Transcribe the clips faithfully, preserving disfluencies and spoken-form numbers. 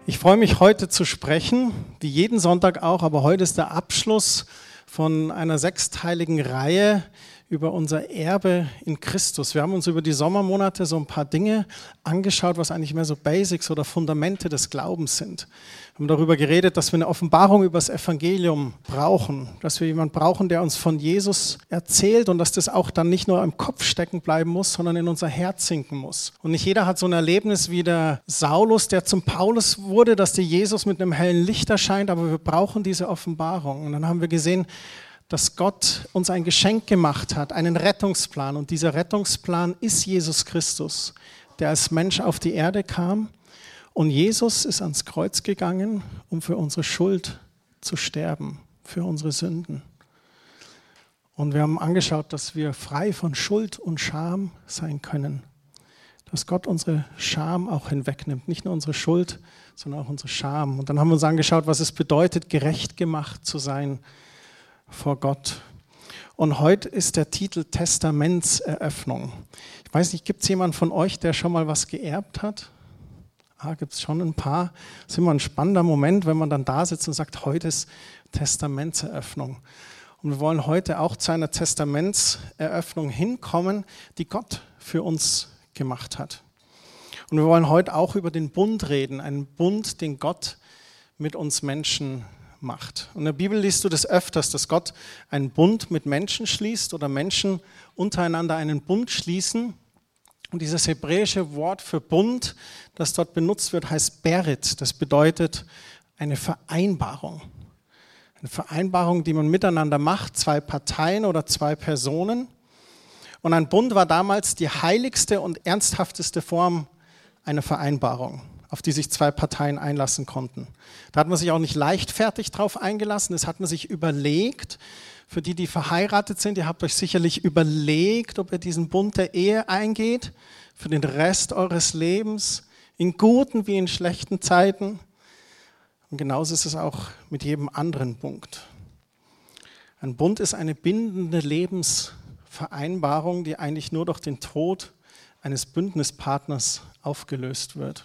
Ich freue mich, heute zu sprechen, wie jeden Sonntag auch, aber heute ist der Abschluss von einer sechsteiligen Reihe über unser Erbe in Christus. Wir haben uns über die Sommermonate so ein paar Dinge angeschaut, was eigentlich mehr so Basics oder Fundamente des Glaubens sind. Wir haben darüber geredet, dass wir eine Offenbarung über das Evangelium brauchen, dass wir jemanden brauchen, der uns von Jesus erzählt und dass das auch dann nicht nur im Kopf stecken bleiben muss, sondern in unser Herz sinken muss. Und nicht jeder hat so ein Erlebnis wie der Saulus, der zum Paulus wurde, dass dir Jesus mit einem hellen Licht erscheint, aber wir brauchen diese Offenbarung. Und dann haben wir gesehen, dass Gott uns ein Geschenk gemacht hat, einen Rettungsplan. Und dieser Rettungsplan ist Jesus Christus, der als Mensch auf die Erde kam. Und Jesus ist ans Kreuz gegangen, um für unsere Schuld zu sterben, für unsere Sünden. Und wir haben angeschaut, dass wir frei von Schuld und Scham sein können. Dass Gott unsere Scham auch hinwegnimmt. Nicht nur unsere Schuld, sondern auch unsere Scham. Und dann haben wir uns angeschaut, was es bedeutet, gerecht gemacht zu sein vor Gott. Und heute ist der Titel Testamentseröffnung. Ich weiß nicht, gibt es jemanden von euch, der schon mal was geerbt hat? Ah, gibt es schon ein paar. Das ist immer ein spannender Moment, wenn man dann da sitzt und sagt, heute ist Testamentseröffnung. Und wir wollen heute auch zu einer Testamentseröffnung hinkommen, die Gott für uns gemacht hat. Und wir wollen heute auch über den Bund reden, einen Bund, den Gott mit uns Menschen macht. Und in der Bibel liest du das öfters, dass Gott einen Bund mit Menschen schließt oder Menschen untereinander einen Bund schließen. Und dieses hebräische Wort für Bund, das dort benutzt wird, heißt Berit. Das bedeutet eine Vereinbarung. Eine Vereinbarung, die man miteinander macht, zwei Parteien oder zwei Personen. Und ein Bund war damals die heiligste und ernsthafteste Form einer Vereinbarung, auf die sich zwei Parteien einlassen konnten. Da hat man sich auch nicht leichtfertig drauf eingelassen, das hat man sich überlegt. Für die, die verheiratet sind, ihr habt euch sicherlich überlegt, ob ihr diesen Bund der Ehe eingeht, für den Rest eures Lebens, in guten wie in schlechten Zeiten. Und genauso ist es auch mit jedem anderen Bund. Ein Bund ist eine bindende Lebensvereinbarung, die eigentlich nur durch den Tod eines Bündnispartners aufgelöst wird.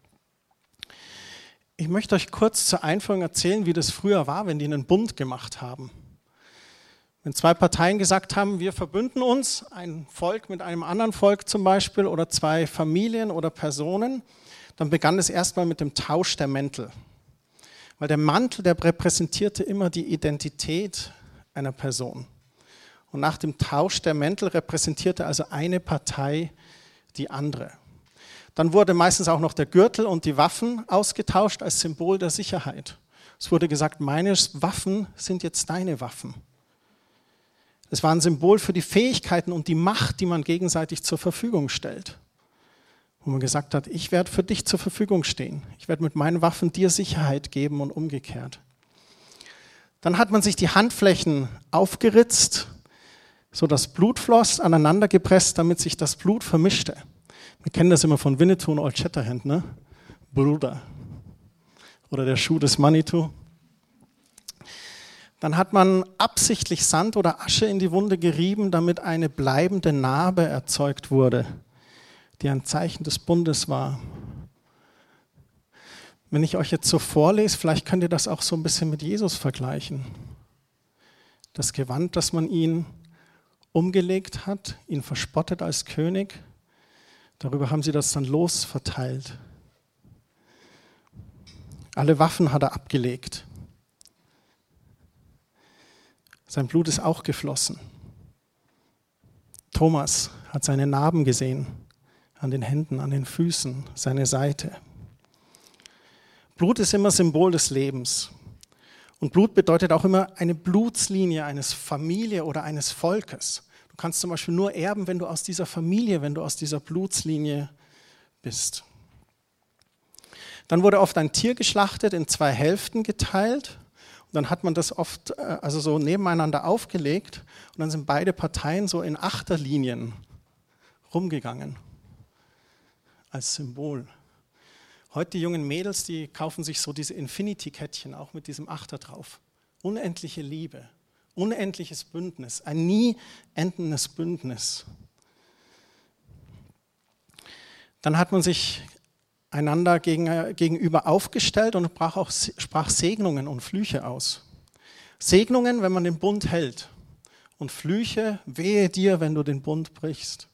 Ich möchte euch kurz zur Einführung erzählen, wie das früher war, wenn die einen Bund gemacht haben. Wenn zwei Parteien gesagt haben, wir verbünden uns, ein Volk mit einem anderen Volk zum Beispiel oder zwei Familien oder Personen, dann begann es erstmal mit dem Tausch der Mäntel. Weil der Mantel, der repräsentierte immer die Identität einer Person. Und nach dem Tausch der Mäntel repräsentierte also eine Partei die andere. Dann wurde meistens auch noch der Gürtel und die Waffen ausgetauscht als Symbol der Sicherheit. Es wurde gesagt, meine Waffen sind jetzt deine Waffen. Es war ein Symbol für die Fähigkeiten und die Macht, die man gegenseitig zur Verfügung stellt. Wo man gesagt hat, ich werde für dich zur Verfügung stehen. Ich werde mit meinen Waffen dir Sicherheit geben und umgekehrt. Dann hat man sich die Handflächen aufgeritzt, so dass Blut floss, aneinander gepresst, damit sich das Blut vermischte. Wir kennen das immer von Winnetou und Old Shatterhand, ne? Bruder. Oder der Schuh des Manitou. Dann hat man absichtlich Sand oder Asche in die Wunde gerieben, damit eine bleibende Narbe erzeugt wurde, die ein Zeichen des Bundes war. Wenn ich euch jetzt so vorlese, vielleicht könnt ihr das auch so ein bisschen mit Jesus vergleichen. Das Gewand, das man ihn umgelegt hat, ihn verspottet als König, darüber haben sie das dann losverteilt. Alle Waffen hat er abgelegt. Sein Blut ist auch geflossen. Thomas hat seine Narben gesehen, an den Händen, an den Füßen, seine Seite. Blut ist immer Symbol des Lebens. Und Blut bedeutet auch immer eine Blutslinie eines Familie oder eines Volkes. Du kannst zum Beispiel nur erben, wenn du aus dieser Familie, wenn du aus dieser Blutslinie bist. Dann wurde oft ein Tier geschlachtet, in zwei Hälften geteilt. Und dann hat man das oft also so nebeneinander aufgelegt. Und dann sind beide Parteien so in Achterlinien rumgegangen. Als Symbol. Heute die jungen Mädels, die kaufen sich so diese Infinity-Kettchen, auch mit diesem Achter drauf. Unendliche Liebe. Unendliches Bündnis, ein nie endendes Bündnis. Dann hat man sich einander gegenüber aufgestellt und sprach auch sprach Segnungen und Flüche aus. Segnungen, wenn man den Bund hält, und Flüche, wehe dir, wenn du den Bund brichst.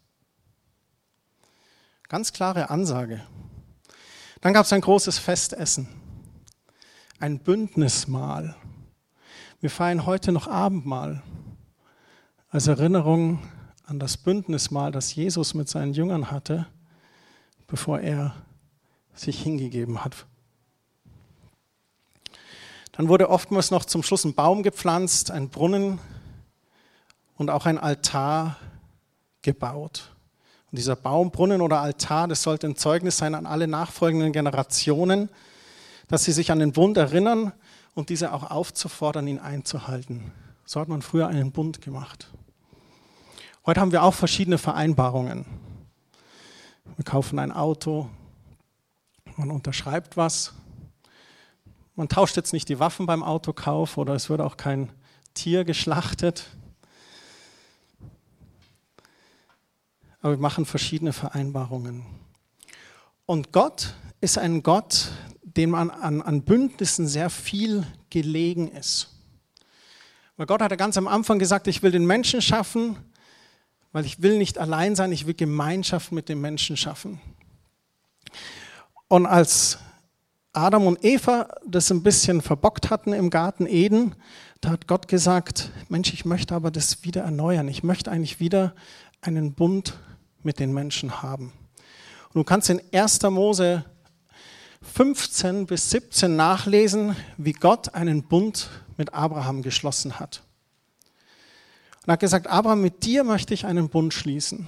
Ganz klare Ansage. Dann gab es ein großes Festessen, ein Bündnismahl. Wir feiern heute noch Abendmahl als Erinnerung an das Bündnismahl, das Jesus mit seinen Jüngern hatte, bevor er sich hingegeben hat. Dann wurde oftmals noch zum Schluss ein Baum gepflanzt, ein Brunnen und auch ein Altar gebaut. Und dieser Baum, Brunnen oder Altar, das sollte ein Zeugnis sein an alle nachfolgenden Generationen, dass sie sich an den Bund erinnern und diese auch aufzufordern, ihn einzuhalten. So hat man früher einen Bund gemacht. Heute haben wir auch verschiedene Vereinbarungen. Wir kaufen ein Auto, man unterschreibt was. Man tauscht jetzt nicht die Waffen beim Autokauf oder es wird auch kein Tier geschlachtet. Aber wir machen verschiedene Vereinbarungen. Und Gott ist ein Gott, dem man an, an Bündnissen sehr viel gelegen ist. Weil Gott hat ja ganz am Anfang gesagt, ich will den Menschen schaffen, weil ich will nicht allein sein, ich will Gemeinschaft mit dem Menschen schaffen. Und als Adam und Eva das ein bisschen verbockt hatten im Garten Eden, da hat Gott gesagt, Mensch, ich möchte aber das wieder erneuern. Ich möchte eigentlich wieder einen Bund mit den Menschen haben. Und du kannst in erster Mose fünfzehn bis siebzehn nachlesen, wie Gott einen Bund mit Abraham geschlossen hat. Und er hat gesagt, Abraham, mit dir möchte ich einen Bund schließen.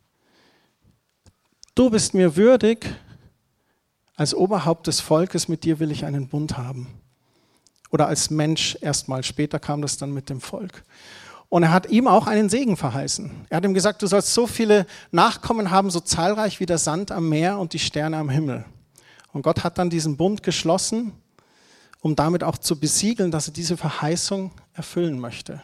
Du bist mir würdig, als Oberhaupt des Volkes, mit dir will ich einen Bund haben. Oder als Mensch erstmal, später kam das dann mit dem Volk. Und er hat ihm auch einen Segen verheißen. Er hat ihm gesagt, du sollst so viele Nachkommen haben, so zahlreich wie der Sand am Meer und die Sterne am Himmel. Und Gott hat dann diesen Bund geschlossen, um damit auch zu besiegeln, dass er diese Verheißung erfüllen möchte.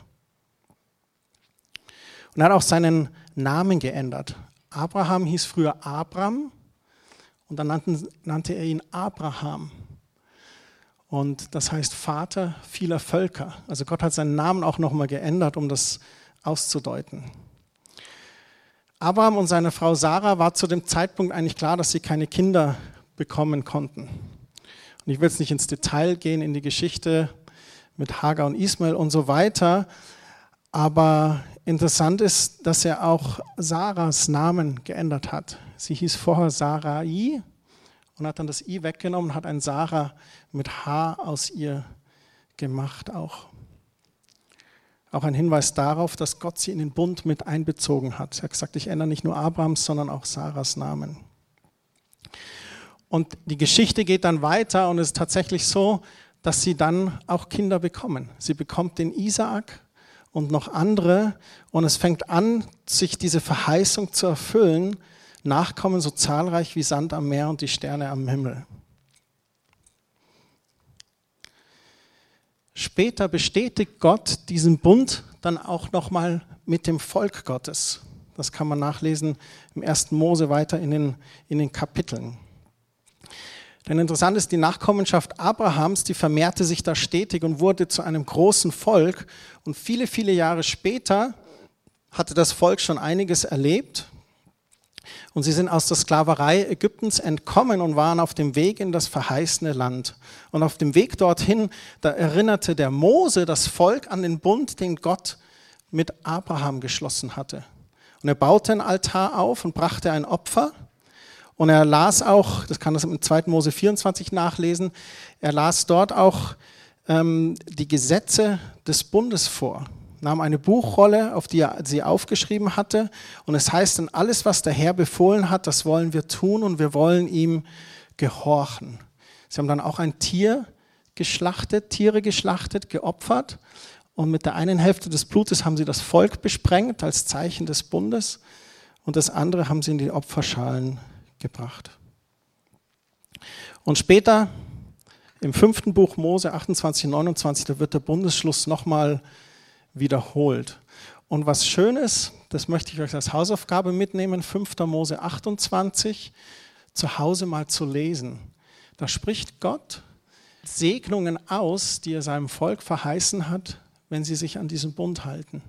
Und er hat auch seinen Namen geändert. Abraham hieß früher Abram und dann nannten, nannte er ihn Abraham. Und das heißt Vater vieler Völker. Also Gott hat seinen Namen auch nochmal geändert, um das auszudeuten. Abraham und seine Frau Sarah war zu dem Zeitpunkt eigentlich klar, dass sie keine Kinder bekommen konnten. Und ich will jetzt nicht ins Detail gehen, in die Geschichte mit Hagar und Ismael und so weiter, aber interessant ist, dass er auch Sarahs Namen geändert hat. Sie hieß vorher Sarai und hat dann das I weggenommen und hat ein Sarah mit H aus ihr gemacht auch. Auch ein Hinweis darauf, dass Gott sie in den Bund mit einbezogen hat. Er hat gesagt, ich ändere nicht nur Abrahams, sondern auch Sarahs Namen. Und die Geschichte geht dann weiter und es ist tatsächlich so, dass sie dann auch Kinder bekommen. Sie bekommt den Isaak und noch andere und es fängt an, sich diese Verheißung zu erfüllen, Nachkommen so zahlreich wie Sand am Meer und die Sterne am Himmel. Später bestätigt Gott diesen Bund dann auch nochmal mit dem Volk Gottes. Das kann man nachlesen im ersten Mose weiter in den, in den Kapiteln. Denn interessant ist, die Nachkommenschaft Abrahams, die vermehrte sich da stetig und wurde zu einem großen Volk. Und viele, viele Jahre später hatte das Volk schon einiges erlebt. Und sie sind aus der Sklaverei Ägyptens entkommen und waren auf dem Weg in das verheißene Land. Und auf dem Weg dorthin, da erinnerte der Mose das Volk an den Bund, den Gott mit Abraham geschlossen hatte. Und er baute einen Altar auf und brachte ein Opfer. Und er las auch, das kann das im zweiten Mose vierundzwanzig nachlesen, er las dort auch ähm, die Gesetze des Bundes vor. Nahm eine Buchrolle, auf die er sie aufgeschrieben hatte. Und es heißt dann, alles, was der Herr befohlen hat, das wollen wir tun und wir wollen ihm gehorchen. Sie haben dann auch ein Tier geschlachtet, Tiere geschlachtet, geopfert. Und mit der einen Hälfte des Blutes haben sie das Volk besprengt als Zeichen des Bundes. Und das andere haben sie in die Opferschalen gebracht. Und später, im fünften Buch Mose achtundzwanzig, neunundzwanzig, da wird der Bundesschluss nochmal wiederholt. Und was schön ist, das möchte ich euch als Hausaufgabe mitnehmen, fünfter Mose achtundzwanzig, zu Hause mal zu lesen. Da spricht Gott Segnungen aus, die er seinem Volk verheißen hat, wenn sie sich an diesen Bund halten.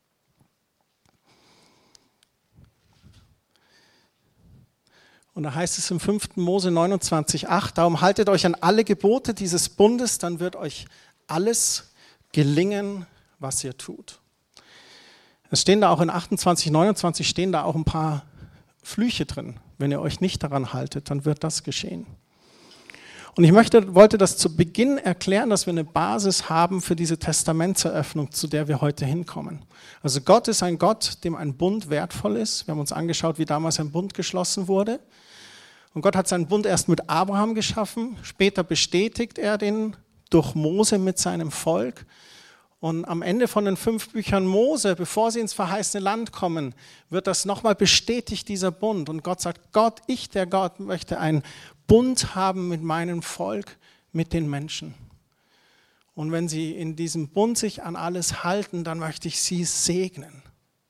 Und da heißt es im fünften Mose neunundzwanzig acht, darum haltet euch an alle Gebote dieses Bundes, dann wird euch alles gelingen, was ihr tut. Es stehen da auch in achtundzwanzig neunundzwanzig stehen da auch ein paar Flüche drin. Wenn ihr euch nicht daran haltet, dann wird das geschehen. Und ich möchte, wollte das zu Beginn erklären, dass wir eine Basis haben für diese Testamentseröffnung, zu der wir heute hinkommen. Also Gott ist ein Gott, dem ein Bund wertvoll ist. Wir haben uns angeschaut, wie damals ein Bund geschlossen wurde. Und Gott hat seinen Bund erst mit Abraham geschaffen, später bestätigt er den durch Mose mit seinem Volk. Und am Ende von den fünf Büchern Mose, bevor sie ins verheißene Land kommen, wird das nochmal bestätigt, dieser Bund. Und Gott sagt, Gott, ich, der Gott, möchte einen Bund haben mit meinem Volk, mit den Menschen. Und wenn sie in diesem Bund sich an alles halten, dann möchte ich sie segnen.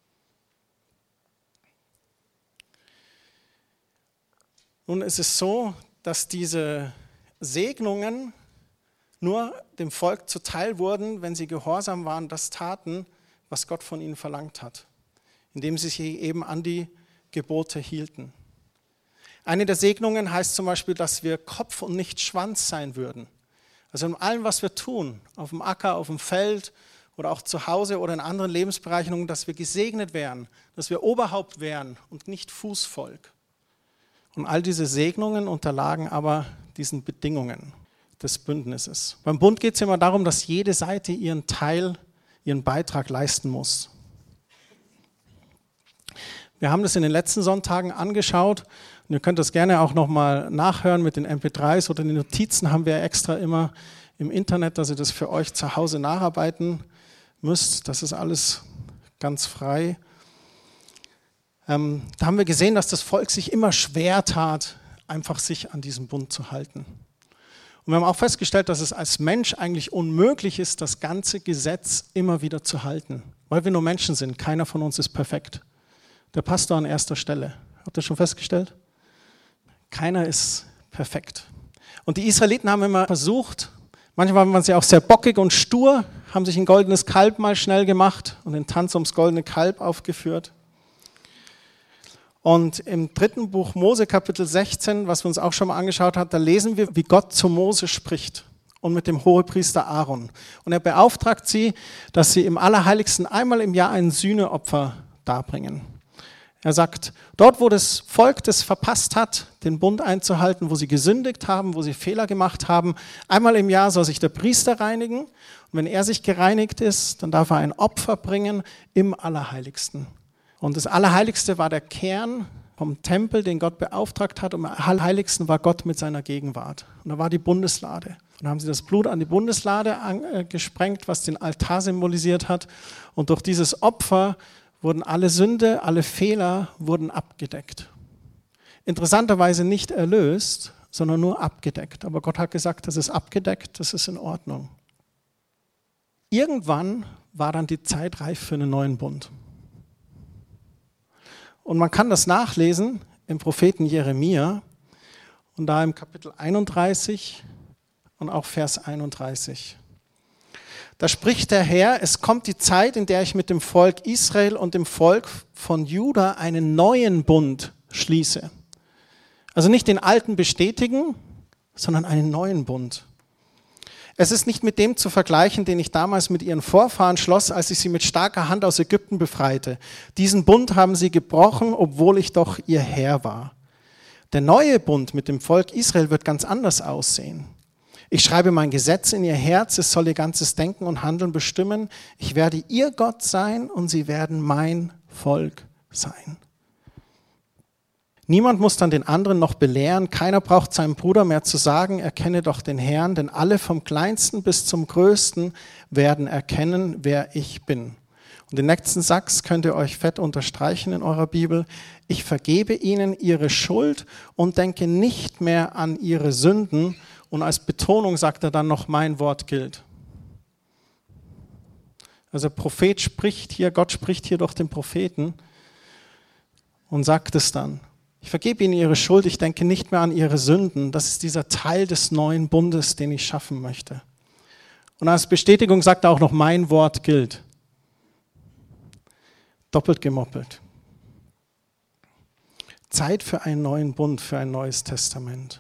Nun ist es so, dass diese Segnungen nur dem Volk zuteil wurden, wenn sie gehorsam waren, das taten, was Gott von ihnen verlangt hat, indem sie sich eben an die Gebote hielten. Eine der Segnungen heißt zum Beispiel, dass wir Kopf und nicht Schwanz sein würden. Also in allem, was wir tun, auf dem Acker, auf dem Feld oder auch zu Hause oder in anderen Lebensbereichen, dass wir gesegnet wären, dass wir Oberhaupt wären und nicht Fußvolk. Und all diese Segnungen unterlagen aber diesen Bedingungen des Bündnisses. Beim Bund geht es immer darum, dass jede Seite ihren Teil, ihren Beitrag leisten muss. Wir haben das in den letzten Sonntagen angeschaut und ihr könnt das gerne auch nochmal nachhören mit den M P dreis oder den Notizen haben wir extra immer im Internet, dass ihr das für euch zu Hause nacharbeiten müsst. Das ist alles ganz frei. Ähm, da haben wir gesehen, dass das Volk sich immer schwer tat, einfach sich an diesen Bund zu halten. Und wir haben auch festgestellt, dass es als Mensch eigentlich unmöglich ist, das ganze Gesetz immer wieder zu halten, weil wir nur Menschen sind. Keiner von uns ist perfekt. Der Pastor an erster Stelle. Habt ihr schon festgestellt? Keiner ist perfekt. Und die Israeliten haben immer versucht, manchmal waren sie auch sehr bockig und stur, haben sich ein goldenes Kalb mal schnell gemacht und den Tanz ums goldene Kalb aufgeführt. Und im dritten Buch Mose, Kapitel sechzehn, was wir uns auch schon mal angeschaut haben, da lesen wir, wie Gott zu Mose spricht und mit dem Hohepriester Aaron. Und er beauftragt sie, dass sie im Allerheiligsten einmal im Jahr ein Sühneopfer darbringen. Er sagt, dort, wo das Volk das verpasst hat, den Bund einzuhalten, wo sie gesündigt haben, wo sie Fehler gemacht haben, einmal im Jahr soll sich der Priester reinigen. Und wenn er sich gereinigt ist, dann darf er ein Opfer bringen im Allerheiligsten. Und das Allerheiligste war der Kern vom Tempel, den Gott beauftragt hat. Und am Allerheiligsten war Gott mit seiner Gegenwart. Und da war die Bundeslade. Und da haben sie das Blut an die Bundeslade gesprengt, was den Altar symbolisiert hat. Und durch dieses Opfer wurden alle Sünde, alle Fehler wurden abgedeckt. Interessanterweise nicht erlöst, sondern nur abgedeckt. Aber Gott hat gesagt, das ist abgedeckt, das ist in Ordnung. Irgendwann war dann die Zeit reif für einen neuen Bund. Und man kann das nachlesen im Propheten Jeremia und da im Kapitel einunddreißig und auch Vers einunddreißig. Da spricht der Herr, es kommt die Zeit, in der ich mit dem Volk Israel und dem Volk von Juda einen neuen Bund schließe. Also nicht den alten bestätigen, sondern einen neuen Bund. Es ist nicht mit dem zu vergleichen, den ich damals mit ihren Vorfahren schloss, als ich sie mit starker Hand aus Ägypten befreite. Diesen Bund haben sie gebrochen, obwohl ich doch ihr Herr war. Der neue Bund mit dem Volk Israel wird ganz anders aussehen. Ich schreibe mein Gesetz in ihr Herz, es soll ihr ganzes Denken und Handeln bestimmen. Ich werde ihr Gott sein und sie werden mein Volk sein. Niemand muss dann den anderen noch belehren, keiner braucht seinem Bruder mehr zu sagen, erkenne doch den Herrn, denn alle vom Kleinsten bis zum Größten werden erkennen, wer ich bin. Und den nächsten Satz könnt ihr euch fett unterstreichen in eurer Bibel. Ich vergebe ihnen ihre Schuld und denke nicht mehr an ihre Sünden. Und als Betonung sagt er dann noch, mein Wort gilt. Also der Prophet spricht hier, Gott spricht hier durch den Propheten und sagt es dann. Ich vergebe ihnen ihre Schuld, ich denke nicht mehr an ihre Sünden. Das ist dieser Teil des neuen Bundes, den ich schaffen möchte. Und als Bestätigung sagt er auch noch, mein Wort gilt. Doppelt gemoppelt. Zeit für einen neuen Bund, für ein neues Testament.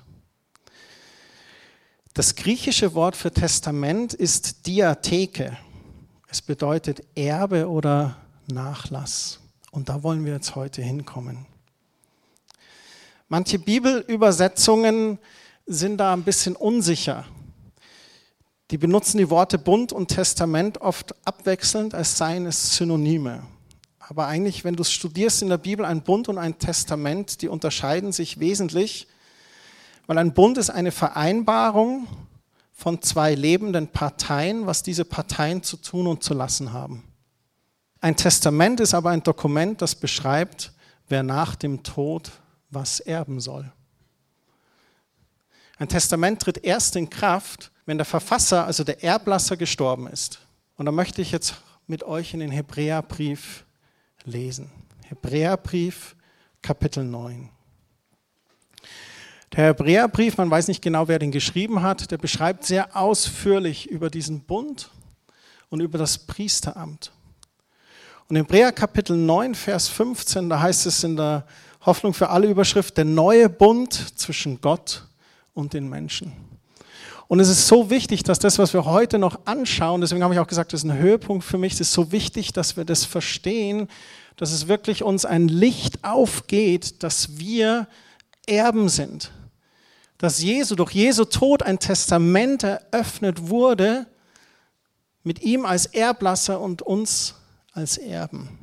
Das griechische Wort für Testament ist Diatheke. Es bedeutet Erbe oder Nachlass. Und da wollen wir jetzt heute hinkommen. Manche Bibelübersetzungen sind da ein bisschen unsicher. Die benutzen die Worte Bund und Testament oft abwechselnd, als seien es Synonyme. Aber eigentlich, wenn du es studierst in der Bibel, ein Bund und ein Testament, die unterscheiden sich wesentlich, weil ein Bund ist eine Vereinbarung von zwei lebenden Parteien, was diese Parteien zu tun und zu lassen haben. Ein Testament ist aber ein Dokument, das beschreibt, wer nach dem Tod was erben soll. Ein Testament tritt erst in Kraft, wenn der Verfasser, also der Erblasser, gestorben ist. Und da möchte ich jetzt mit euch in den Hebräerbrief lesen. Hebräerbrief, Kapitel neun. Der Hebräerbrief, man weiß nicht genau, wer den geschrieben hat, der beschreibt sehr ausführlich über diesen Bund und über das Priesteramt. Und in Hebräer Kapitel neun, Vers fünfzehn, da heißt es in der Hoffnung für alle Überschrift, der neue Bund zwischen Gott und den Menschen. Und es ist so wichtig, dass das, was wir heute noch anschauen, deswegen habe ich auch gesagt, das ist ein Höhepunkt für mich, es ist so wichtig, dass wir das verstehen, dass es wirklich uns ein Licht aufgeht, dass wir Erben sind. Dass Jesu, durch Jesu Tod ein Testament eröffnet wurde, mit ihm als Erblasser und uns als Erben.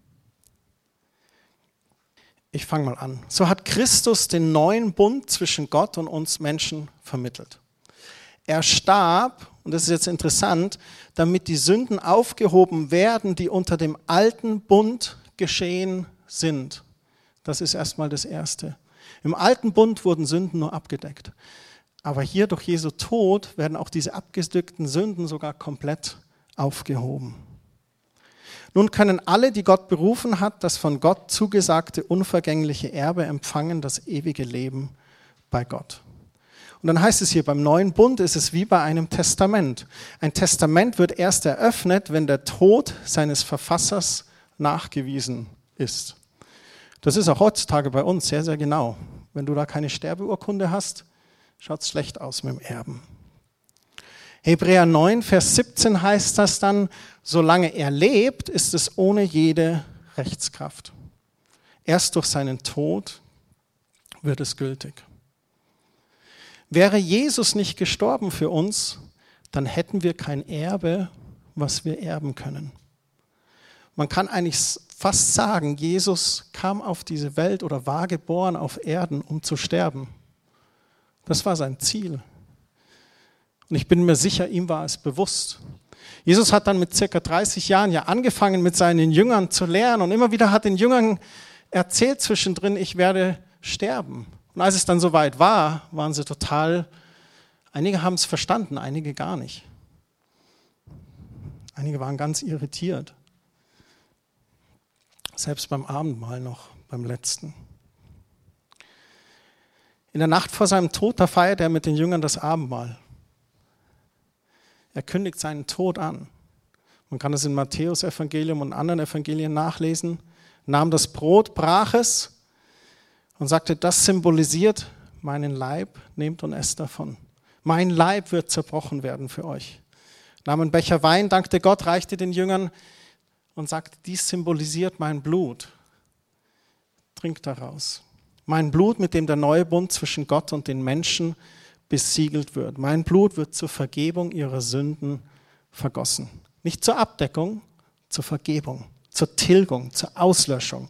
Ich fange mal an. So hat Christus den neuen Bund zwischen Gott und uns Menschen vermittelt. Er starb, und das ist jetzt interessant, damit die Sünden aufgehoben werden, die unter dem alten Bund geschehen sind. Das ist erstmal das Erste. Im alten Bund wurden Sünden nur abgedeckt. Aber hier durch Jesu Tod werden auch diese abgedeckten Sünden sogar komplett aufgehoben. Nun können alle, die Gott berufen hat, das von Gott zugesagte unvergängliche Erbe empfangen, das ewige Leben bei Gott. Und dann heißt es hier, beim neuen Bund ist es wie bei einem Testament. Ein Testament wird erst eröffnet, wenn der Tod seines Verfassers nachgewiesen ist. Das ist auch heutzutage bei uns sehr, sehr genau. Wenn du da keine Sterbeurkunde hast, schaut es schlecht aus mit dem Erben. Hebräer neun, Vers siebzehn heißt das dann, solange er lebt, ist es ohne jede Rechtskraft. Erst durch seinen Tod wird es gültig. Wäre Jesus nicht gestorben für uns, dann hätten wir kein Erbe, was wir erben können. Man kann eigentlich fast sagen, Jesus kam auf diese Welt oder war geboren auf Erden, um zu sterben. Das war sein Ziel. Und ich bin mir sicher, ihm war es bewusst. Jesus hat dann mit circa dreißig Jahren ja angefangen, mit seinen Jüngern zu lernen und immer wieder hat den Jüngern erzählt zwischendrin, ich werde sterben. Und als es dann soweit war, waren sie total, einige haben es verstanden, einige gar nicht. Einige waren ganz irritiert. Selbst beim Abendmahl noch, beim letzten. In der Nacht vor seinem Tod, da feiert er mit den Jüngern das Abendmahl. Er kündigt seinen Tod an. Man kann das im Matthäus-Evangelium und anderen Evangelien nachlesen. Nahm das Brot, brach es und sagte, das symbolisiert meinen Leib, nehmt und esst davon. Mein Leib wird zerbrochen werden für euch. Nahm einen Becher Wein, dankte Gott, reichte den Jüngern und sagte, dies symbolisiert mein Blut. Trinkt daraus. Mein Blut, mit dem der neue Bund zwischen Gott und den Menschen besiegelt wird. Mein Blut wird zur Vergebung ihrer Sünden vergossen. Nicht zur Abdeckung, zur Vergebung, zur Tilgung, zur Auslöschung.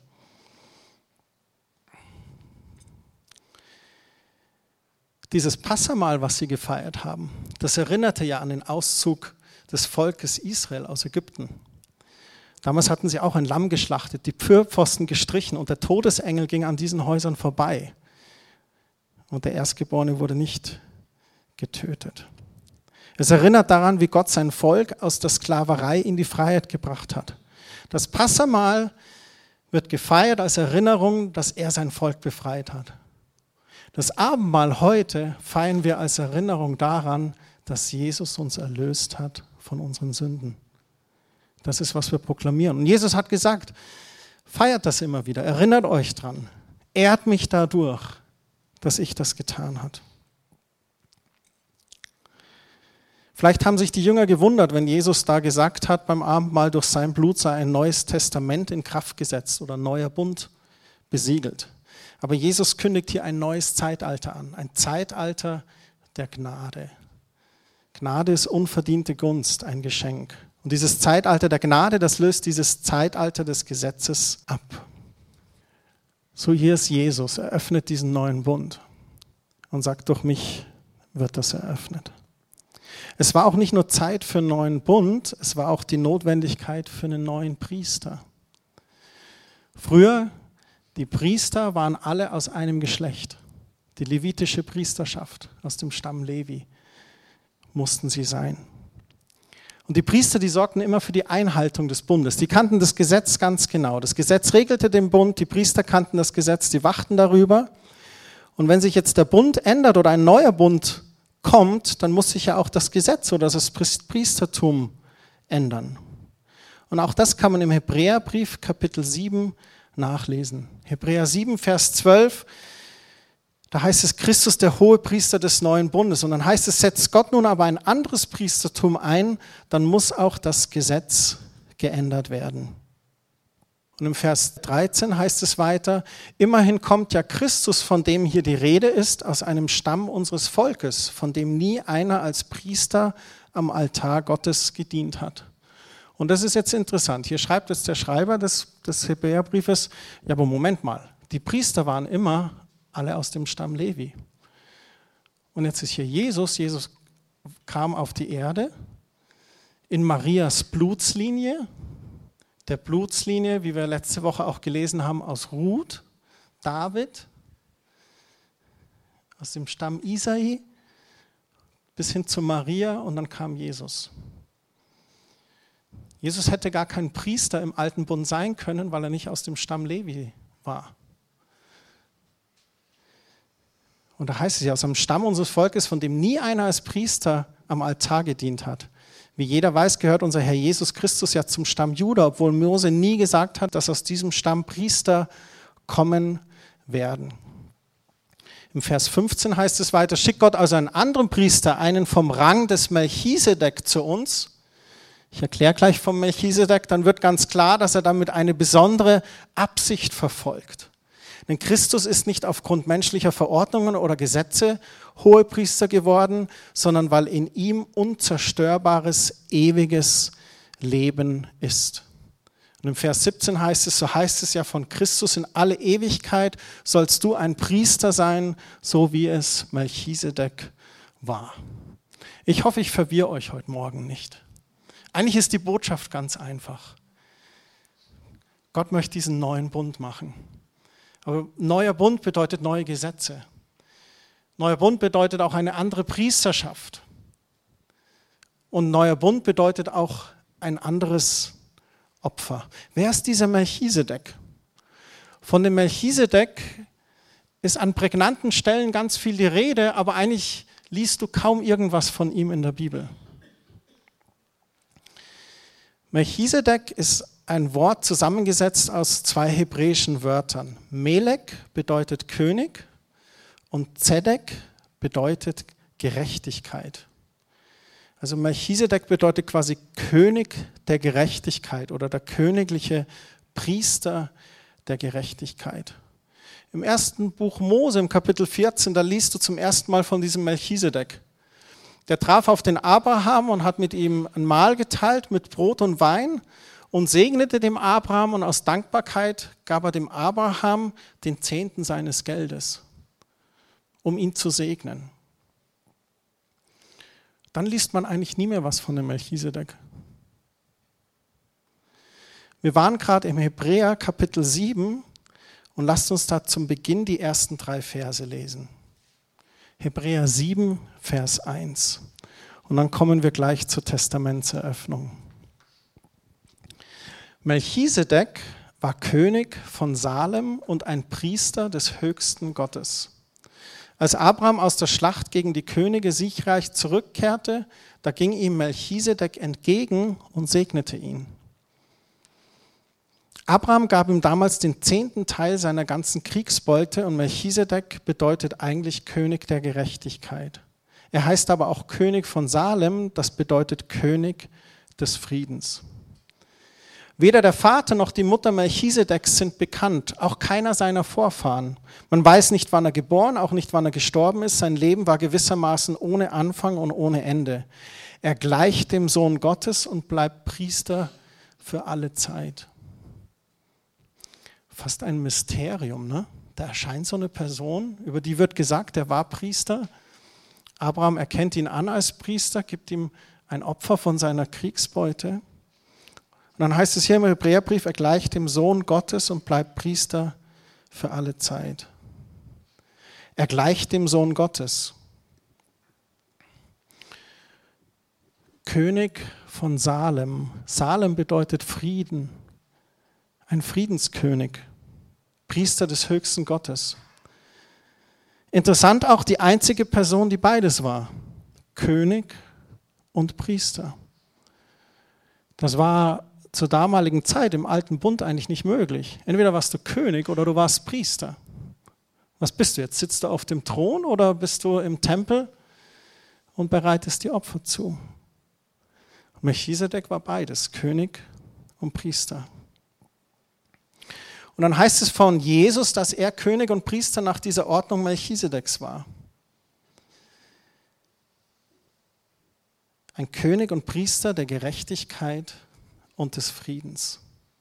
Dieses Passamahl, was sie gefeiert haben, das erinnerte ja an den Auszug des Volkes Israel aus Ägypten. Damals hatten sie auch ein Lamm geschlachtet, die Pförpfosten gestrichen und der Todesengel ging an diesen Häusern vorbei. Und der Erstgeborene wurde nicht getötet. Es erinnert daran, wie Gott sein Volk aus der Sklaverei in die Freiheit gebracht hat. Das Passamahl wird gefeiert als Erinnerung, dass er sein Volk befreit hat. Das Abendmahl heute feiern wir als Erinnerung daran, dass Jesus uns erlöst hat von unseren Sünden. Das ist, was wir proklamieren. Und Jesus hat gesagt, feiert das immer wieder, erinnert euch dran, ehrt mich dadurch, dass ich das getan habe. Vielleicht haben sich die Jünger gewundert, wenn Jesus da gesagt hat, beim Abendmahl, durch sein Blut sei ein neues Testament in Kraft gesetzt oder ein neuer Bund besiegelt. Aber Jesus kündigt hier ein neues Zeitalter an, ein Zeitalter der Gnade. Gnade ist unverdiente Gunst, ein Geschenk. Und dieses Zeitalter der Gnade, das löst dieses Zeitalter des Gesetzes ab. So hier ist Jesus, er öffnet diesen neuen Bund und sagt, durch mich wird das eröffnet. Es war auch nicht nur Zeit für einen neuen Bund, es war auch die Notwendigkeit für einen neuen Priester. Früher, die Priester waren alle aus einem Geschlecht. Die levitische Priesterschaft aus dem Stamm Levi mussten sie sein. Und die Priester, die sorgten immer für die Einhaltung des Bundes. Die kannten das Gesetz ganz genau. Das Gesetz regelte den Bund, die Priester kannten das Gesetz, die wachten darüber. Und wenn sich jetzt der Bund ändert oder ein neuer Bund kommt, dann muss sich ja auch das Gesetz oder das Priestertum ändern. Und auch das kann man im Hebräerbrief Kapitel sieben nachlesen. Hebräer sieben, Vers zwölf, da heißt es, Christus der Hohepriester des neuen Bundes. Und dann heißt es, setzt Gott nun aber ein anderes Priestertum ein, dann muss auch das Gesetz geändert werden. Und im Vers dreizehn heißt es weiter, immerhin kommt ja Christus, von dem hier die Rede ist, aus einem Stamm unseres Volkes, von dem nie einer als Priester am Altar Gottes gedient hat. Und das ist jetzt interessant. Hier schreibt jetzt der Schreiber des, des Hebräerbriefes, ja, aber Moment mal, die Priester waren immer alle aus dem Stamm Levi. Und jetzt ist hier Jesus, Jesus kam auf die Erde in Marias Blutslinie, der Blutslinie, wie wir letzte Woche auch gelesen haben, aus Ruth, David, aus dem Stamm Isai bis hin zu Maria und dann kam Jesus. Jesus hätte gar kein Priester im Alten Bund sein können, weil er nicht aus dem Stamm Levi war. Und da heißt es ja, aus einem Stamm unseres Volkes, von dem nie einer als Priester am Altar gedient hat. Wie jeder weiß, gehört unser Herr Jesus Christus ja zum Stamm Juda, obwohl Mose nie gesagt hat, dass aus diesem Stamm Priester kommen werden. Im Vers fünfzehn heißt es weiter, schickt Gott also einen anderen Priester, einen vom Rang des Melchisedek zu uns. Ich erkläre gleich vom Melchisedek, dann wird ganz klar, dass er damit eine besondere Absicht verfolgt. Denn Christus ist nicht aufgrund menschlicher Verordnungen oder Gesetze Hohepriester geworden, sondern weil in ihm unzerstörbares, ewiges Leben ist. Und im Vers siebzehn heißt es, so heißt es ja von Christus, in alle Ewigkeit sollst du ein Priester sein, so wie es Melchisedek war. Ich hoffe, ich verwirre euch heute Morgen nicht. Eigentlich ist die Botschaft ganz einfach. Gott möchte diesen neuen Bund machen. Aber neuer Bund bedeutet neue Gesetze. Neuer Bund bedeutet auch eine andere Priesterschaft. Und neuer Bund bedeutet auch ein anderes Opfer. Wer ist dieser Melchisedek? Von dem Melchisedek ist an prägnanten Stellen ganz viel die Rede, aber eigentlich liest du kaum irgendwas von ihm in der Bibel. Melchisedek ist ein Wort zusammengesetzt aus zwei hebräischen Wörtern. Melek bedeutet König und Zedek bedeutet Gerechtigkeit. Also Melchisedek bedeutet quasi König der Gerechtigkeit oder der königliche Priester der Gerechtigkeit. Im ersten Buch Mose, im Kapitel vierzehn, da liest du zum ersten Mal von diesem Melchisedek. Der traf auf den Abraham und hat mit ihm ein Mahl geteilt mit Brot und Wein und segnete dem Abraham und aus Dankbarkeit gab er dem Abraham den Zehnten seines Geldes, um ihn zu segnen. Dann liest man eigentlich nie mehr was von dem Melchisedek. Wir waren gerade im Hebräer Kapitel sieben und lasst uns da zum Beginn die ersten drei Verse lesen. Hebräer sieben, Vers eins. Und dann kommen wir gleich zur Testamentseröffnung. Melchisedek war König von Salem und ein Priester des höchsten Gottes. Als Abraham aus der Schlacht gegen die Könige siegreich zurückkehrte, da ging ihm Melchisedek entgegen und segnete ihn. Abraham gab ihm damals den zehnten Teil seiner ganzen Kriegsbeute und Melchisedek bedeutet eigentlich König der Gerechtigkeit. Er heißt aber auch König von Salem, das bedeutet König des Friedens. Weder der Vater noch die Mutter Melchisedeks sind bekannt, auch keiner seiner Vorfahren. Man weiß nicht, wann er geboren, auch nicht, wann er gestorben ist. Sein Leben war gewissermaßen ohne Anfang und ohne Ende. Er gleicht dem Sohn Gottes und bleibt Priester für alle Zeit. Fast ein Mysterium, ne? Da erscheint so eine Person, über die wird gesagt, er war Priester. Abraham erkennt ihn an als Priester, gibt ihm ein Opfer von seiner Kriegsbeute. Und dann heißt es hier im Hebräerbrief, er gleicht dem Sohn Gottes und bleibt Priester für alle Zeit. Er gleicht dem Sohn Gottes. König von Salem. Salem bedeutet Frieden. Ein Friedenskönig. Priester des höchsten Gottes. Interessant auch die einzige Person, die beides war. König und Priester. Das war zur damaligen Zeit im Alten Bund eigentlich nicht möglich. Entweder warst du König oder du warst Priester. Was bist du jetzt? Sitzt du auf dem Thron oder bist du im Tempel und bereitest die Opfer zu? Melchisedek war beides, König und Priester. Und dann heißt es von Jesus, dass er König und Priester nach dieser Ordnung Melchisedeks war. Ein König und Priester der Gerechtigkeit und des Friedens.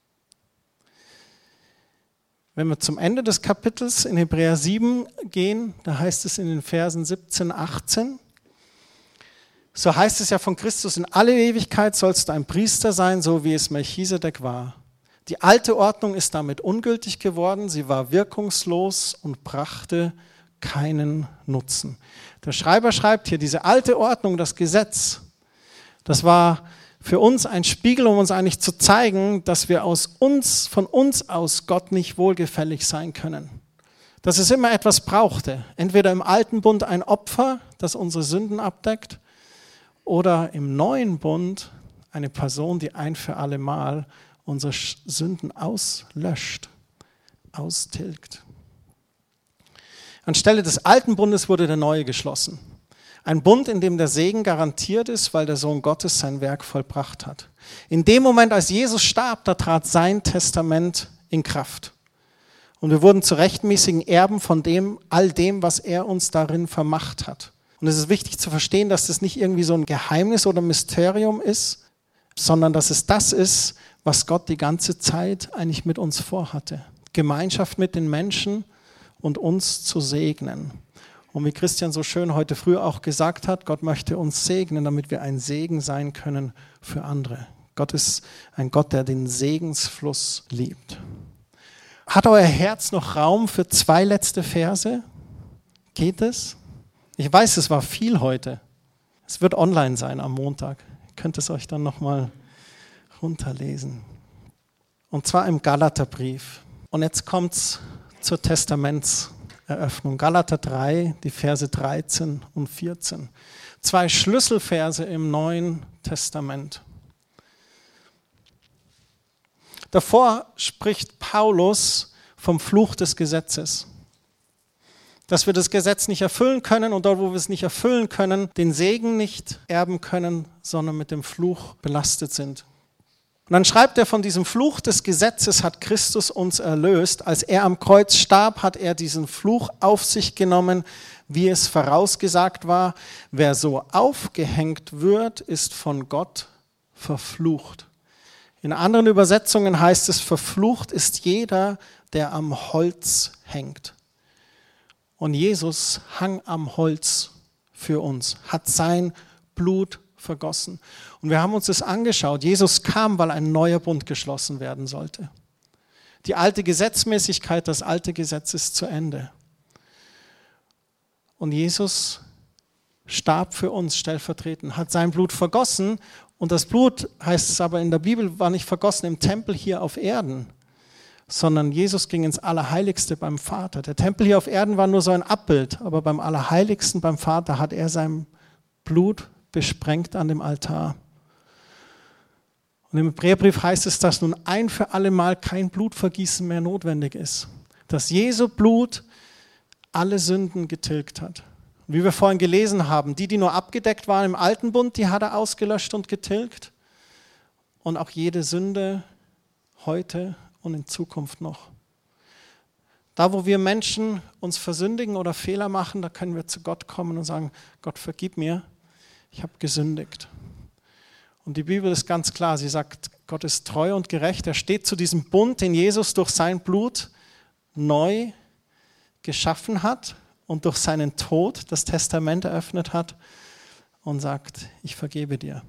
Wenn wir zum Ende des Kapitels in Hebräer sieben gehen, da heißt es in den Versen siebzehn, achtzehn, so heißt es ja von Christus, in alle Ewigkeit sollst du ein Priester sein, so wie es Melchisedek war. Die alte Ordnung ist damit ungültig geworden, sie war wirkungslos und brachte keinen Nutzen. Der Schreiber schreibt hier, diese alte Ordnung, das Gesetz, das war für uns ein Spiegel, um uns eigentlich zu zeigen, dass wir aus uns, von uns aus Gott nicht wohlgefällig sein können. Dass es immer etwas brauchte. Entweder im Alten Bund ein Opfer, das unsere Sünden abdeckt, oder im Neuen Bund eine Person, die ein für alle Mal unsere Sünden auslöscht, austilgt. Anstelle des Alten Bundes wurde der Neue geschlossen. Ein Bund, in dem der Segen garantiert ist, weil der Sohn Gottes sein Werk vollbracht hat. In dem Moment, als Jesus starb, da trat sein Testament in Kraft. Und wir wurden zu rechtmäßigen Erben von dem, all dem, was er uns darin vermacht hat. Und es ist wichtig zu verstehen, dass das nicht irgendwie so ein Geheimnis oder Mysterium ist, sondern dass es das ist, was Gott die ganze Zeit eigentlich mit uns vorhatte. Gemeinschaft mit den Menschen und uns zu segnen. Und wie Christian so schön heute früh auch gesagt hat, Gott möchte uns segnen, damit wir ein Segen sein können für andere. Gott ist ein Gott, der den Segensfluss liebt. Hat euer Herz noch Raum für zwei letzte Verse? Geht es? Ich weiß, es war viel heute. Es wird online sein am Montag. Ihr könnt es euch dann nochmal runterlesen. Und zwar im Galaterbrief. Und jetzt kommt es zur Testamentseröffnung. Galater drei, die Verse dreizehn und vierzehn. Zwei Schlüsselverse im Neuen Testament. Davor spricht Paulus vom Fluch des Gesetzes. Dass wir das Gesetz nicht erfüllen können und dort, wo wir es nicht erfüllen können, den Segen nicht erben können, sondern mit dem Fluch belastet sind. Und dann schreibt er, von diesem Fluch des Gesetzes hat Christus uns erlöst. Als er am Kreuz starb, hat er diesen Fluch auf sich genommen, wie es vorausgesagt war. Wer so aufgehängt wird, ist von Gott verflucht. In anderen Übersetzungen heißt es, verflucht ist jeder, der am Holz hängt. Und Jesus hang am Holz für uns, hat sein Blut vergossen. Und wir haben uns das angeschaut. Jesus kam, weil ein neuer Bund geschlossen werden sollte. Die alte Gesetzmäßigkeit, das alte Gesetz ist zu Ende. Und Jesus starb für uns stellvertretend, hat sein Blut vergossen. Und das Blut, heißt es aber in der Bibel, war nicht vergossen im Tempel hier auf Erden, sondern Jesus ging ins Allerheiligste beim Vater. Der Tempel hier auf Erden war nur so ein Abbild, aber beim Allerheiligsten beim Vater hat er sein Blut besprengt an dem Altar. Und im Hebräerbrief heißt es, dass nun ein für alle Mal kein Blutvergießen mehr notwendig ist. Dass Jesu Blut alle Sünden getilgt hat. Und wie wir vorhin gelesen haben, die, die nur abgedeckt waren im Alten Bund, die hat er ausgelöscht und getilgt. Und auch jede Sünde heute und in Zukunft noch. Da, wo wir Menschen uns versündigen oder Fehler machen, da können wir zu Gott kommen und sagen, Gott, vergib mir, ich habe gesündigt. Und die Bibel ist ganz klar, sie sagt, Gott ist treu und gerecht. Er steht zu diesem Bund, den Jesus durch sein Blut neu geschaffen hat und durch seinen Tod das Testament eröffnet hat und sagt, ich vergebe dir.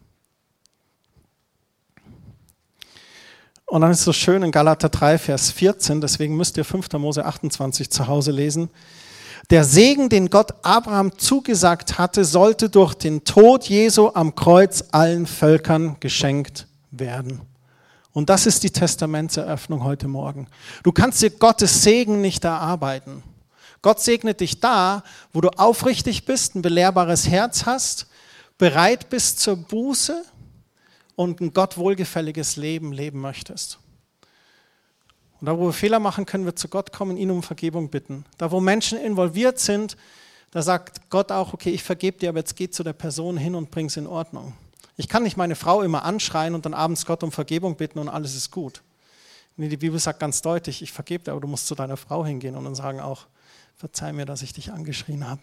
Und dann ist es so schön in Galater drei, Vers vierzehn, deswegen müsst ihr fünfter Mose achtundzwanzig zu Hause lesen. Der Segen, den Gott Abraham zugesagt hatte, sollte durch den Tod Jesu am Kreuz allen Völkern geschenkt werden. Und das ist die Testamentseröffnung heute Morgen. Du kannst dir Gottes Segen nicht erarbeiten. Gott segnet dich da, wo du aufrichtig bist, ein belehrbares Herz hast, bereit bist zur Buße und ein Gott wohlgefälliges Leben leben möchtest. Und da, wo wir Fehler machen, können wir zu Gott kommen, ihn um Vergebung bitten. Da, wo Menschen involviert sind, da sagt Gott auch, okay, ich vergebe dir, aber jetzt geh zu der Person hin und bring es in Ordnung. Ich kann nicht meine Frau immer anschreien und dann abends Gott um Vergebung bitten und alles ist gut. Nee, die Bibel sagt ganz deutlich, ich vergebe dir, aber du musst zu deiner Frau hingehen und dann sagen auch, verzeih mir, dass ich dich angeschrien habe.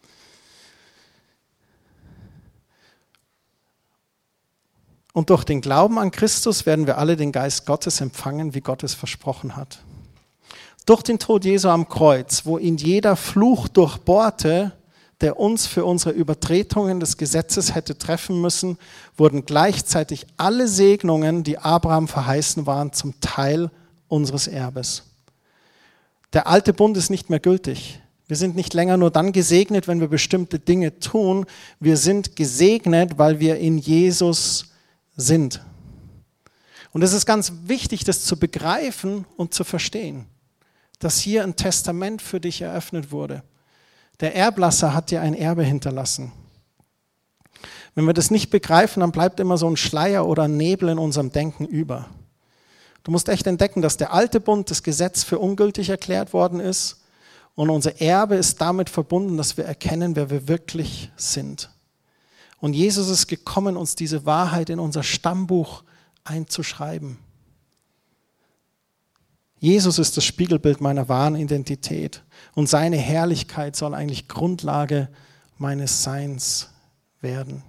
Und durch den Glauben an Christus werden wir alle den Geist Gottes empfangen, wie Gott es versprochen hat. Durch den Tod Jesu am Kreuz, wo ihn jeder Fluch durchbohrte, der uns für unsere Übertretungen des Gesetzes hätte treffen müssen, wurden gleichzeitig alle Segnungen, die Abraham verheißen waren, zum Teil unseres Erbes. Der alte Bund ist nicht mehr gültig. Wir sind nicht länger nur dann gesegnet, wenn wir bestimmte Dinge tun. Wir sind gesegnet, weil wir in Jesus sind. Und es ist ganz wichtig, das zu begreifen und zu verstehen, dass hier ein Testament für dich eröffnet wurde. Der Erblasser hat dir ein Erbe hinterlassen. Wenn wir das nicht begreifen, dann bleibt immer so ein Schleier oder ein Nebel in unserem Denken über. Du musst echt entdecken, dass der alte Bund, das Gesetz, für ungültig erklärt worden ist und unser Erbe ist damit verbunden, dass wir erkennen, wer wir wirklich sind. Und Jesus ist gekommen, uns diese Wahrheit in unser Stammbuch einzuschreiben. Jesus ist das Spiegelbild meiner wahren Identität und seine Herrlichkeit soll eigentlich Grundlage meines Seins werden.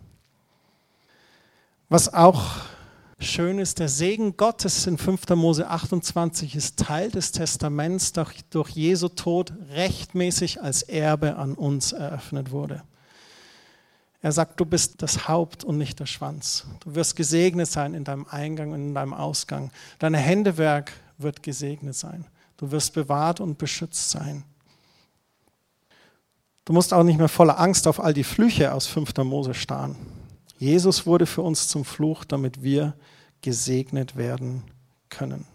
Was auch schön ist, der Segen Gottes in fünfter Mose achtundzwanzig ist Teil des Testaments, das durch Jesu Tod rechtmäßig als Erbe an uns eröffnet wurde. Er sagt, du bist das Haupt und nicht der Schwanz. Du wirst gesegnet sein in deinem Eingang und in deinem Ausgang. Dein Händewerk wird gesegnet sein. Du wirst bewahrt und beschützt sein. Du musst auch nicht mehr voller Angst auf all die Flüche aus fünfter Mose starren. Jesus wurde für uns zum Fluch, damit wir gesegnet werden können.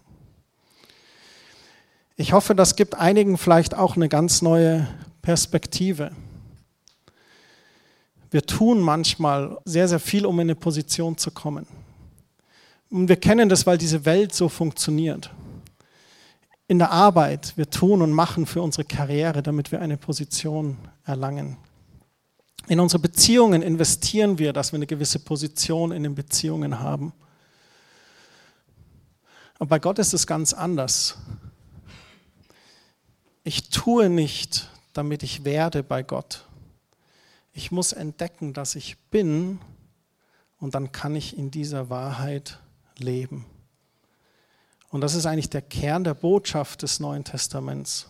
Ich hoffe, das gibt einigen vielleicht auch eine ganz neue Perspektive. Wir tun manchmal sehr, sehr viel, um in eine Position zu kommen. Und wir kennen das, weil diese Welt so funktioniert. In der Arbeit, wir tun und machen für unsere Karriere, damit wir eine Position erlangen. In unsere Beziehungen investieren wir, dass wir eine gewisse Position in den Beziehungen haben. Aber bei Gott ist es ganz anders. Ich tue nicht, damit ich werde bei Gott. Ich muss entdecken, dass ich bin und dann kann ich in dieser Wahrheit leben. Und das ist eigentlich der Kern der Botschaft des Neuen Testaments.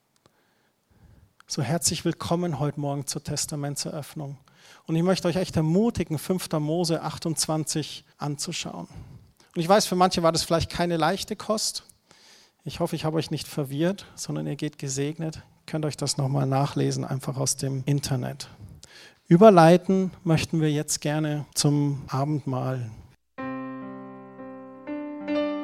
So herzlich willkommen heute Morgen zur Testamentseröffnung. Und ich möchte euch echt ermutigen, fünfter Mose achtundzwanzig anzuschauen. Und ich weiß, für manche war das vielleicht keine leichte Kost. Ich hoffe, ich habe euch nicht verwirrt, sondern ihr geht gesegnet. Ihr könnt euch das nochmal nachlesen, einfach aus dem Internet. Überleiten möchten wir jetzt gerne zum Abendmahl.